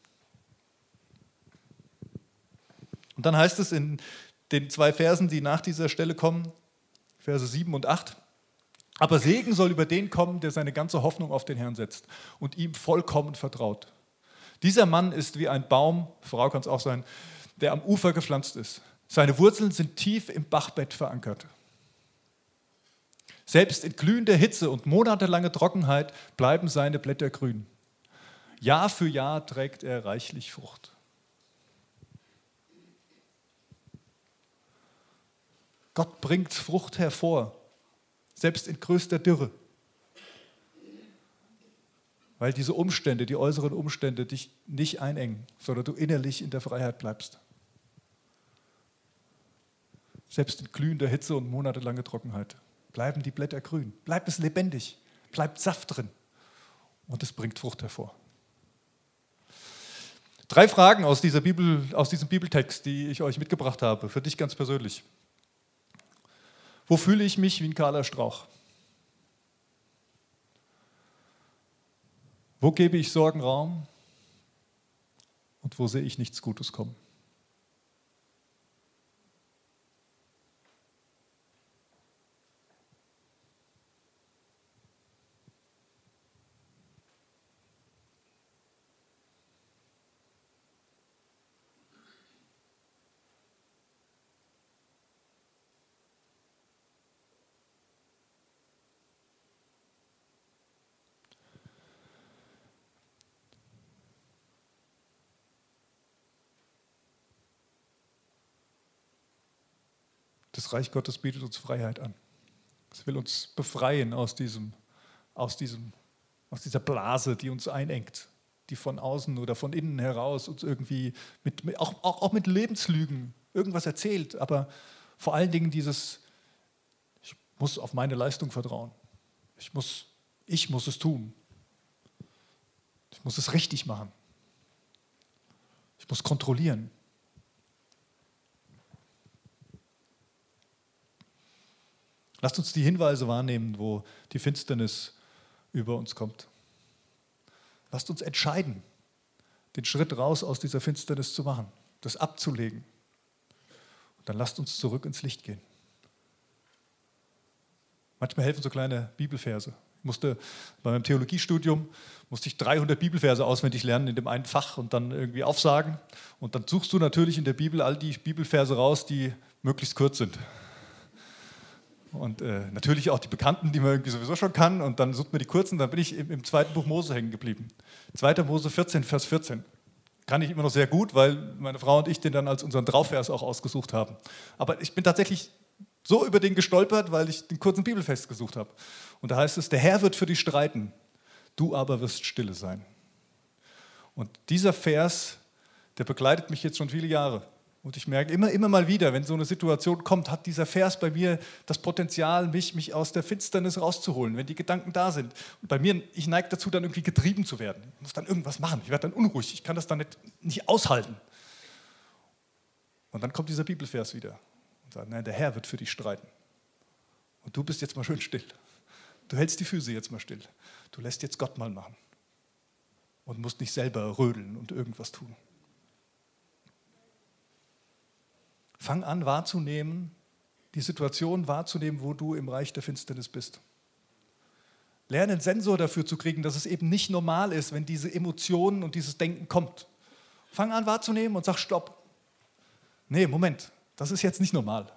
Und dann heißt es in den zwei Versen, die nach dieser Stelle kommen, Verse sieben und acht, aber Segen soll über den kommen, der seine ganze Hoffnung auf den Herrn setzt und ihm vollkommen vertraut. Dieser Mann ist wie ein Baum, Frau kann es auch sein, der am Ufer gepflanzt ist. Seine Wurzeln sind tief im Bachbett verankert. Selbst in glühender Hitze und monatelange Trockenheit bleiben seine Blätter grün. Jahr für Jahr trägt er reichlich Frucht. Gott bringt Frucht hervor, selbst in größter Dürre. Weil diese Umstände, die äußeren Umstände dich nicht einengen, sondern du innerlich in der Freiheit bleibst. Selbst in glühender Hitze und monatelange Trockenheit bleiben die Blätter grün, bleibt es lebendig, bleibt Saft drin und es bringt Frucht hervor. Drei Fragen aus, dieser Bibel, aus diesem Bibeltext, die ich euch mitgebracht habe, für dich ganz persönlich. Wo fühle ich mich wie ein kahler Strauch? Wo gebe ich Sorgen Raum und wo sehe ich nichts Gutes kommen? Das Reich Gottes bietet uns Freiheit an. Es will uns befreien aus, diesem, aus, diesem, aus dieser Blase, die uns einengt, die von außen oder von innen heraus uns irgendwie, mit, mit, auch, auch, auch mit Lebenslügen irgendwas erzählt, aber vor allen Dingen dieses, ich muss auf meine Leistung vertrauen. Ich muss, ich muss es tun. Ich muss es richtig machen. Ich muss kontrollieren. Lasst uns die Hinweise wahrnehmen, wo die Finsternis über uns kommt. Lasst uns entscheiden, den Schritt raus aus dieser Finsternis zu machen, das abzulegen. Und dann lasst uns zurück ins Licht gehen. Manchmal helfen so kleine Bibelverse. Ich musste bei meinem Theologiestudium musste ich dreihundert Bibelverse auswendig lernen in dem einen Fach und dann irgendwie aufsagen. Und dann suchst du natürlich in der Bibel all die Bibelverse raus, die möglichst kurz sind. Und äh, natürlich auch die Bekannten, die man irgendwie sowieso schon kann. Und dann sucht man die kurzen. Dann bin ich im, im zweiten Buch Mose hängen geblieben. zweiter Mose vierzehn, Vers vierzehn. Kann ich immer noch sehr gut, weil meine Frau und ich den dann als unseren Draufvers auch ausgesucht haben. Aber ich bin tatsächlich so über den gestolpert, weil ich den kurzen Bibelvers gesucht habe. Und da heißt es, der Herr wird für dich streiten, du aber wirst stille sein. Und dieser Vers, der begleitet mich jetzt schon viele Jahre. Und ich merke immer, immer mal wieder, wenn so eine Situation kommt, hat dieser Vers bei mir das Potenzial, mich, mich aus der Finsternis rauszuholen, wenn die Gedanken da sind. Und bei mir, ich neige dazu, dann irgendwie getrieben zu werden. Ich muss dann irgendwas machen, ich werde dann unruhig, ich kann das dann nicht, nicht aushalten. Und dann kommt dieser Bibelvers wieder und sagt, nein, der Herr wird für dich streiten. Und du bist jetzt mal schön still. Du hältst die Füße jetzt mal still. Du lässt jetzt Gott mal machen. Und musst nicht selber rödeln und irgendwas tun. Fang an wahrzunehmen, die Situation wahrzunehmen, wo du im Reich der Finsternis bist. Lerne einen Sensor dafür zu kriegen, dass es eben nicht normal ist, wenn diese Emotionen und dieses Denken kommt. Fang an wahrzunehmen und sag Stopp. Nee, Moment, das ist jetzt nicht normal.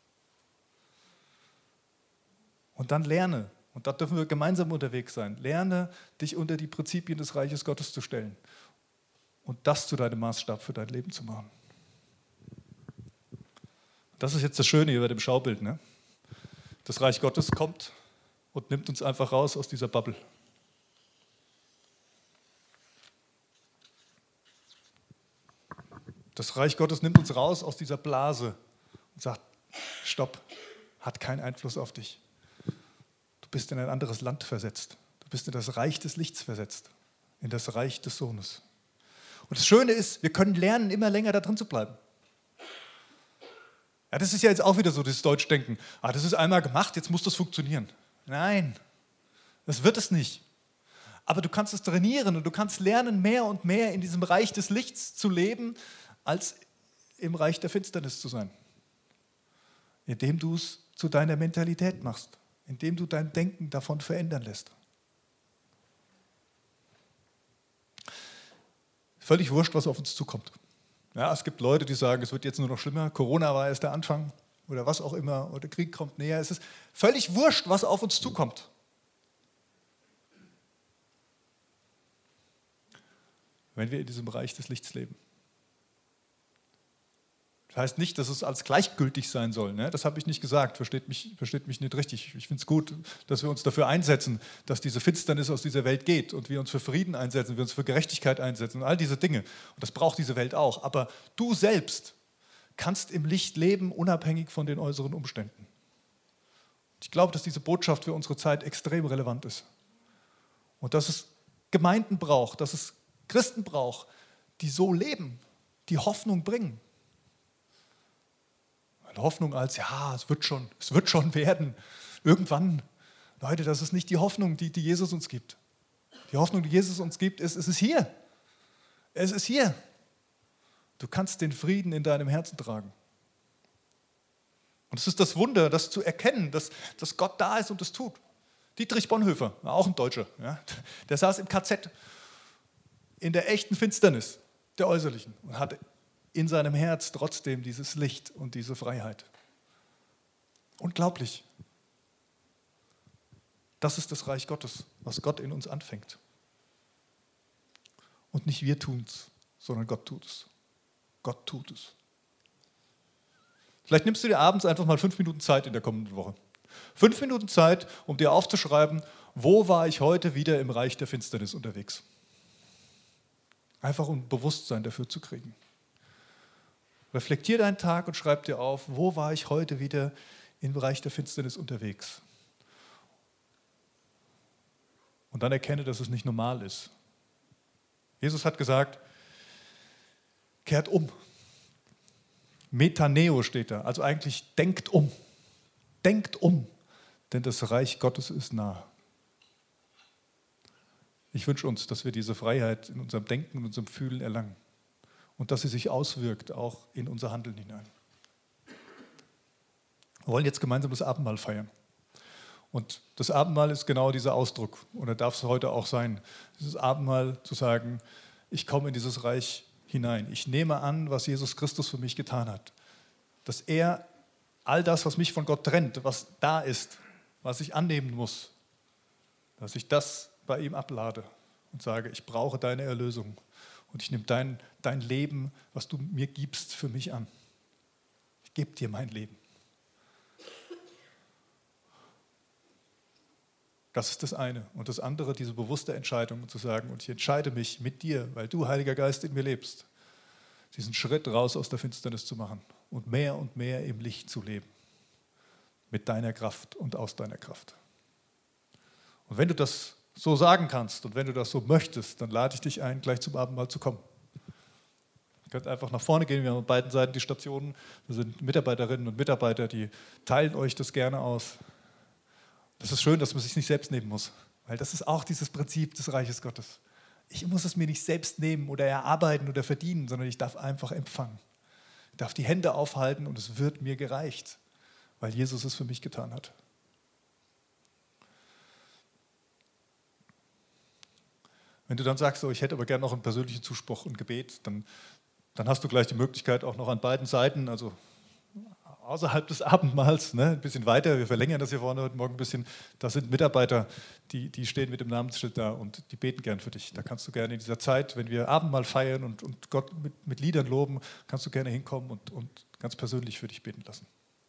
Und dann lerne, und da dürfen wir gemeinsam unterwegs sein, lerne, dich unter die Prinzipien des Reiches Gottes zu stellen und das zu deinem Maßstab für dein Leben zu machen. Das ist jetzt das Schöne hier bei dem Schaubild. Ne? Das Reich Gottes kommt und nimmt uns einfach raus aus dieser Bubble. Das Reich Gottes nimmt uns raus aus dieser Blase und sagt, stopp, hat keinen Einfluss auf dich. Du bist in ein anderes Land versetzt. Du bist in das Reich des Lichts versetzt, in das Reich des Sohnes. Und das Schöne ist, wir können lernen, immer länger da drin zu bleiben. Ja, das ist ja jetzt auch wieder so das Deutschdenken. Ah, das ist einmal gemacht, jetzt muss das funktionieren. Nein, das wird es nicht. Aber du kannst es trainieren und du kannst lernen, mehr und mehr in diesem Reich des Lichts zu leben, als im Reich der Finsternis zu sein. Indem du es zu deiner Mentalität machst, indem du dein Denken davon verändern lässt. Völlig wurscht, was auf uns zukommt. Ja, es gibt Leute, die sagen, es wird jetzt nur noch schlimmer, Corona war erst der Anfang oder was auch immer, oder Krieg kommt näher. Es ist völlig wurscht, was auf uns zukommt. Wenn wir in diesem Bereich des Lichts leben. Das heißt nicht, dass es als gleichgültig sein soll. Ne? Das habe ich nicht gesagt, versteht mich, versteht mich nicht richtig. Ich finde es gut, dass wir uns dafür einsetzen, dass diese Finsternis aus dieser Welt geht und wir uns für Frieden einsetzen, wir uns für Gerechtigkeit einsetzen und all diese Dinge. Und das braucht diese Welt auch. Aber du selbst kannst im Licht leben, unabhängig von den äußeren Umständen. Ich glaube, dass diese Botschaft für unsere Zeit extrem relevant ist. Und dass es Gemeinden braucht, dass es Christen braucht, die so leben, die Hoffnung bringen. Hoffnung als, ja, es wird schon, es wird schon werden. Irgendwann. Leute, das ist nicht die Hoffnung, die, die Jesus uns gibt. Die Hoffnung, die Jesus uns gibt, ist, es ist hier. Es ist hier. Du kannst den Frieden in deinem Herzen tragen. Und es ist das Wunder, das zu erkennen, dass, dass Gott da ist und es tut. Dietrich Bonhoeffer, auch ein Deutscher, ja, der saß im K Z in der echten Finsternis der Äußerlichen und hatte in seinem Herz trotzdem dieses Licht und diese Freiheit. Unglaublich. Das ist das Reich Gottes, was Gott in uns anfängt. Und nicht wir tun es, sondern Gott tut es. Gott tut es. Vielleicht nimmst du dir abends einfach mal fünf Minuten Zeit in der kommenden Woche. Fünf Minuten Zeit, um dir aufzuschreiben, wo war ich heute wieder im Reich der Finsternis unterwegs. Einfach um Bewusstsein dafür zu kriegen. Reflektier deinen Tag und schreib dir auf, wo war ich heute wieder im Bereich der Finsternis unterwegs. Und dann erkenne, dass es nicht normal ist. Jesus hat gesagt, kehrt um. Metaneo steht da, also eigentlich denkt um. Denkt um, denn das Reich Gottes ist nah. Ich wünsche uns, dass wir diese Freiheit in unserem Denken und unserem Fühlen erlangen. Und dass sie sich auswirkt, auch in unser Handeln hinein. Wir wollen jetzt gemeinsam das Abendmahl feiern. Und das Abendmahl ist genau dieser Ausdruck, oder darf es heute auch sein, dieses Abendmahl zu sagen, ich komme in dieses Reich hinein. Ich nehme an, was Jesus Christus für mich getan hat. Dass er all das, was mich von Gott trennt, was da ist, was ich annehmen muss, dass ich das bei ihm ablade und sage, ich brauche deine Erlösung und ich nehme dein, dein Leben, was du mir gibst, für mich an. Ich gebe dir mein Leben. Das ist das eine. Und das andere, diese bewusste Entscheidung zu sagen, und ich entscheide mich mit dir, weil du, Heiliger Geist, in mir lebst, diesen Schritt raus aus der Finsternis zu machen und mehr und mehr im Licht zu leben. Mit deiner Kraft und aus deiner Kraft. Und wenn du das so sagen kannst und wenn du das so möchtest, dann lade ich dich ein, gleich zum Abendmahl zu kommen. Ihr könnt einfach nach vorne gehen, wir haben an beiden Seiten die Stationen, da sind Mitarbeiterinnen und Mitarbeiter, die teilen euch das gerne aus. Das ist schön, dass man es sich nicht selbst nehmen muss, weil das ist auch dieses Prinzip des Reiches Gottes. Ich muss es mir nicht selbst nehmen oder erarbeiten oder verdienen, sondern ich darf einfach empfangen. Ich darf die Hände aufhalten und es wird mir gereicht, weil Jesus es für mich getan hat. Wenn du dann sagst, so, ich hätte aber gerne noch einen persönlichen Zuspruch und Gebet, dann, dann hast du gleich die Möglichkeit auch noch an beiden Seiten, also außerhalb des Abendmahls, ne, ein bisschen weiter, wir verlängern das hier vorne heute Morgen ein bisschen, da sind Mitarbeiter, die, die stehen mit dem Namensschild da und die beten gern für dich. Da kannst du gerne in dieser Zeit, wenn wir Abendmahl feiern und, und Gott mit, mit Liedern loben, kannst du gerne hinkommen und, und ganz persönlich für dich beten lassen.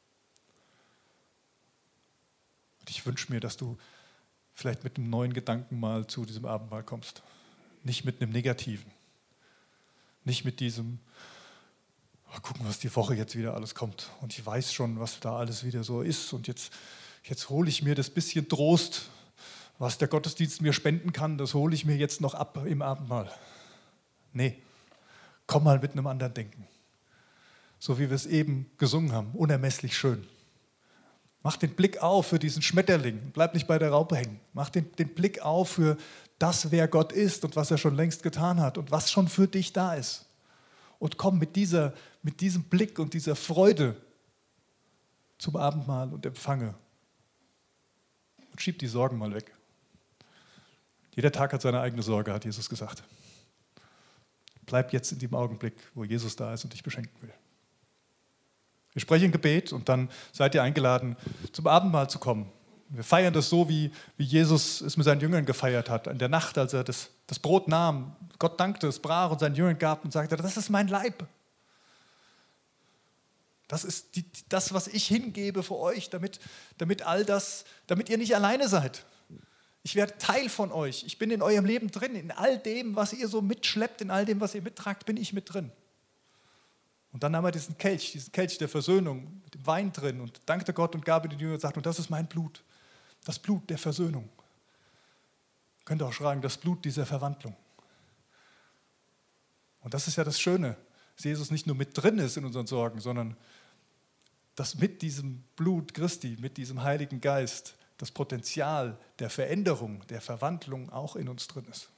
Und ich wünsche mir, dass du vielleicht mit einem neuen Gedanken mal zu diesem Abendmahl kommst. Nicht mit einem Negativen. Nicht mit diesem, oh, gucken, was die Woche jetzt wieder alles kommt. Und ich weiß schon, was da alles wieder so ist. Und jetzt, jetzt hole ich mir das bisschen Trost, was der Gottesdienst mir spenden kann, das hole ich mir jetzt noch ab im Abendmahl. Nee, komm mal mit einem anderen Denken. So wie wir es eben gesungen haben, unermesslich schön. Mach den Blick auf für diesen Schmetterling, bleib nicht bei der Raupe hängen. Mach den, den Blick auf für das, wer Gott ist und was er schon längst getan hat und was schon für dich da ist. Und komm mit, dieser, mit diesem Blick und dieser Freude zum Abendmahl und empfange. Und schieb die Sorgen mal weg. Jeder Tag hat seine eigene Sorge, hat Jesus gesagt. Bleib jetzt in dem Augenblick, wo Jesus da ist und dich beschenken will. Wir sprechen ein Gebet und dann seid ihr eingeladen, zum Abendmahl zu kommen. Wir feiern das so, wie, wie Jesus es mit seinen Jüngern gefeiert hat. In der Nacht, als er das, das Brot nahm, Gott dankte, es brach und seinen Jüngern gab und sagte, das ist mein Leib. Das ist die, das, was ich hingebe für euch, damit, damit all das, damit ihr nicht alleine seid. Ich werde Teil von euch. Ich bin in eurem Leben drin. In all dem, was ihr so mitschleppt, in all dem, was ihr mittragt, bin ich mit drin. Und dann nahm er diesen Kelch, diesen Kelch der Versöhnung mit dem Wein drin und dankte Gott und gab ihn den Jüngern und sagte, und das ist mein Blut, das Blut der Versöhnung. Könnt ihr auch schreiben, das Blut dieser Verwandlung. Und das ist ja das Schöne, dass Jesus nicht nur mit drin ist in unseren Sorgen, sondern dass mit diesem Blut Christi, mit diesem Heiligen Geist, das Potenzial der Veränderung, der Verwandlung auch in uns drin ist.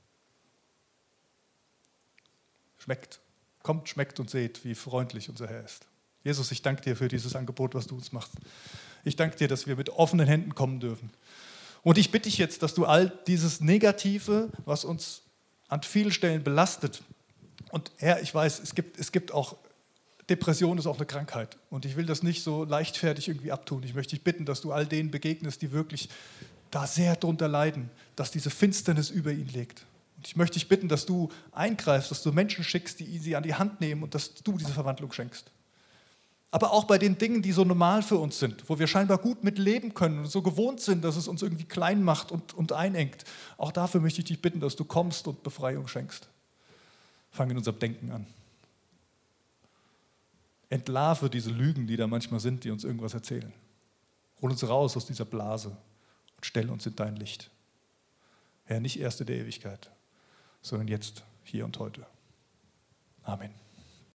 Schmeckt. Kommt, schmeckt und seht, wie freundlich unser Herr ist. Jesus, ich danke dir für dieses Angebot, was du uns machst. Ich danke dir, dass wir mit offenen Händen kommen dürfen. Und ich bitte dich jetzt, dass du all dieses Negative, was uns an vielen Stellen belastet, und Herr, ich weiß, es gibt, es gibt auch, Depression ist auch eine Krankheit. Und ich will das nicht so leichtfertig irgendwie abtun. Ich möchte dich bitten, dass du all denen begegnest, die wirklich da sehr drunter leiden, dass diese Finsternis über ihn liegt. Ich möchte dich bitten, dass du eingreifst, dass du Menschen schickst, die sie an die Hand nehmen und dass du diese Verwandlung schenkst. Aber auch bei den Dingen, die so normal für uns sind, wo wir scheinbar gut mit leben können und so gewohnt sind, dass es uns irgendwie klein macht und, und einengt. Auch dafür möchte ich dich bitten, dass du kommst und Befreiung schenkst. Fang in unserem Denken an. Entlarve diese Lügen, die da manchmal sind, die uns irgendwas erzählen. Hol uns raus aus dieser Blase und stell uns in dein Licht. Herr, nicht erst in der Ewigkeit, sondern jetzt, hier und heute. Amen.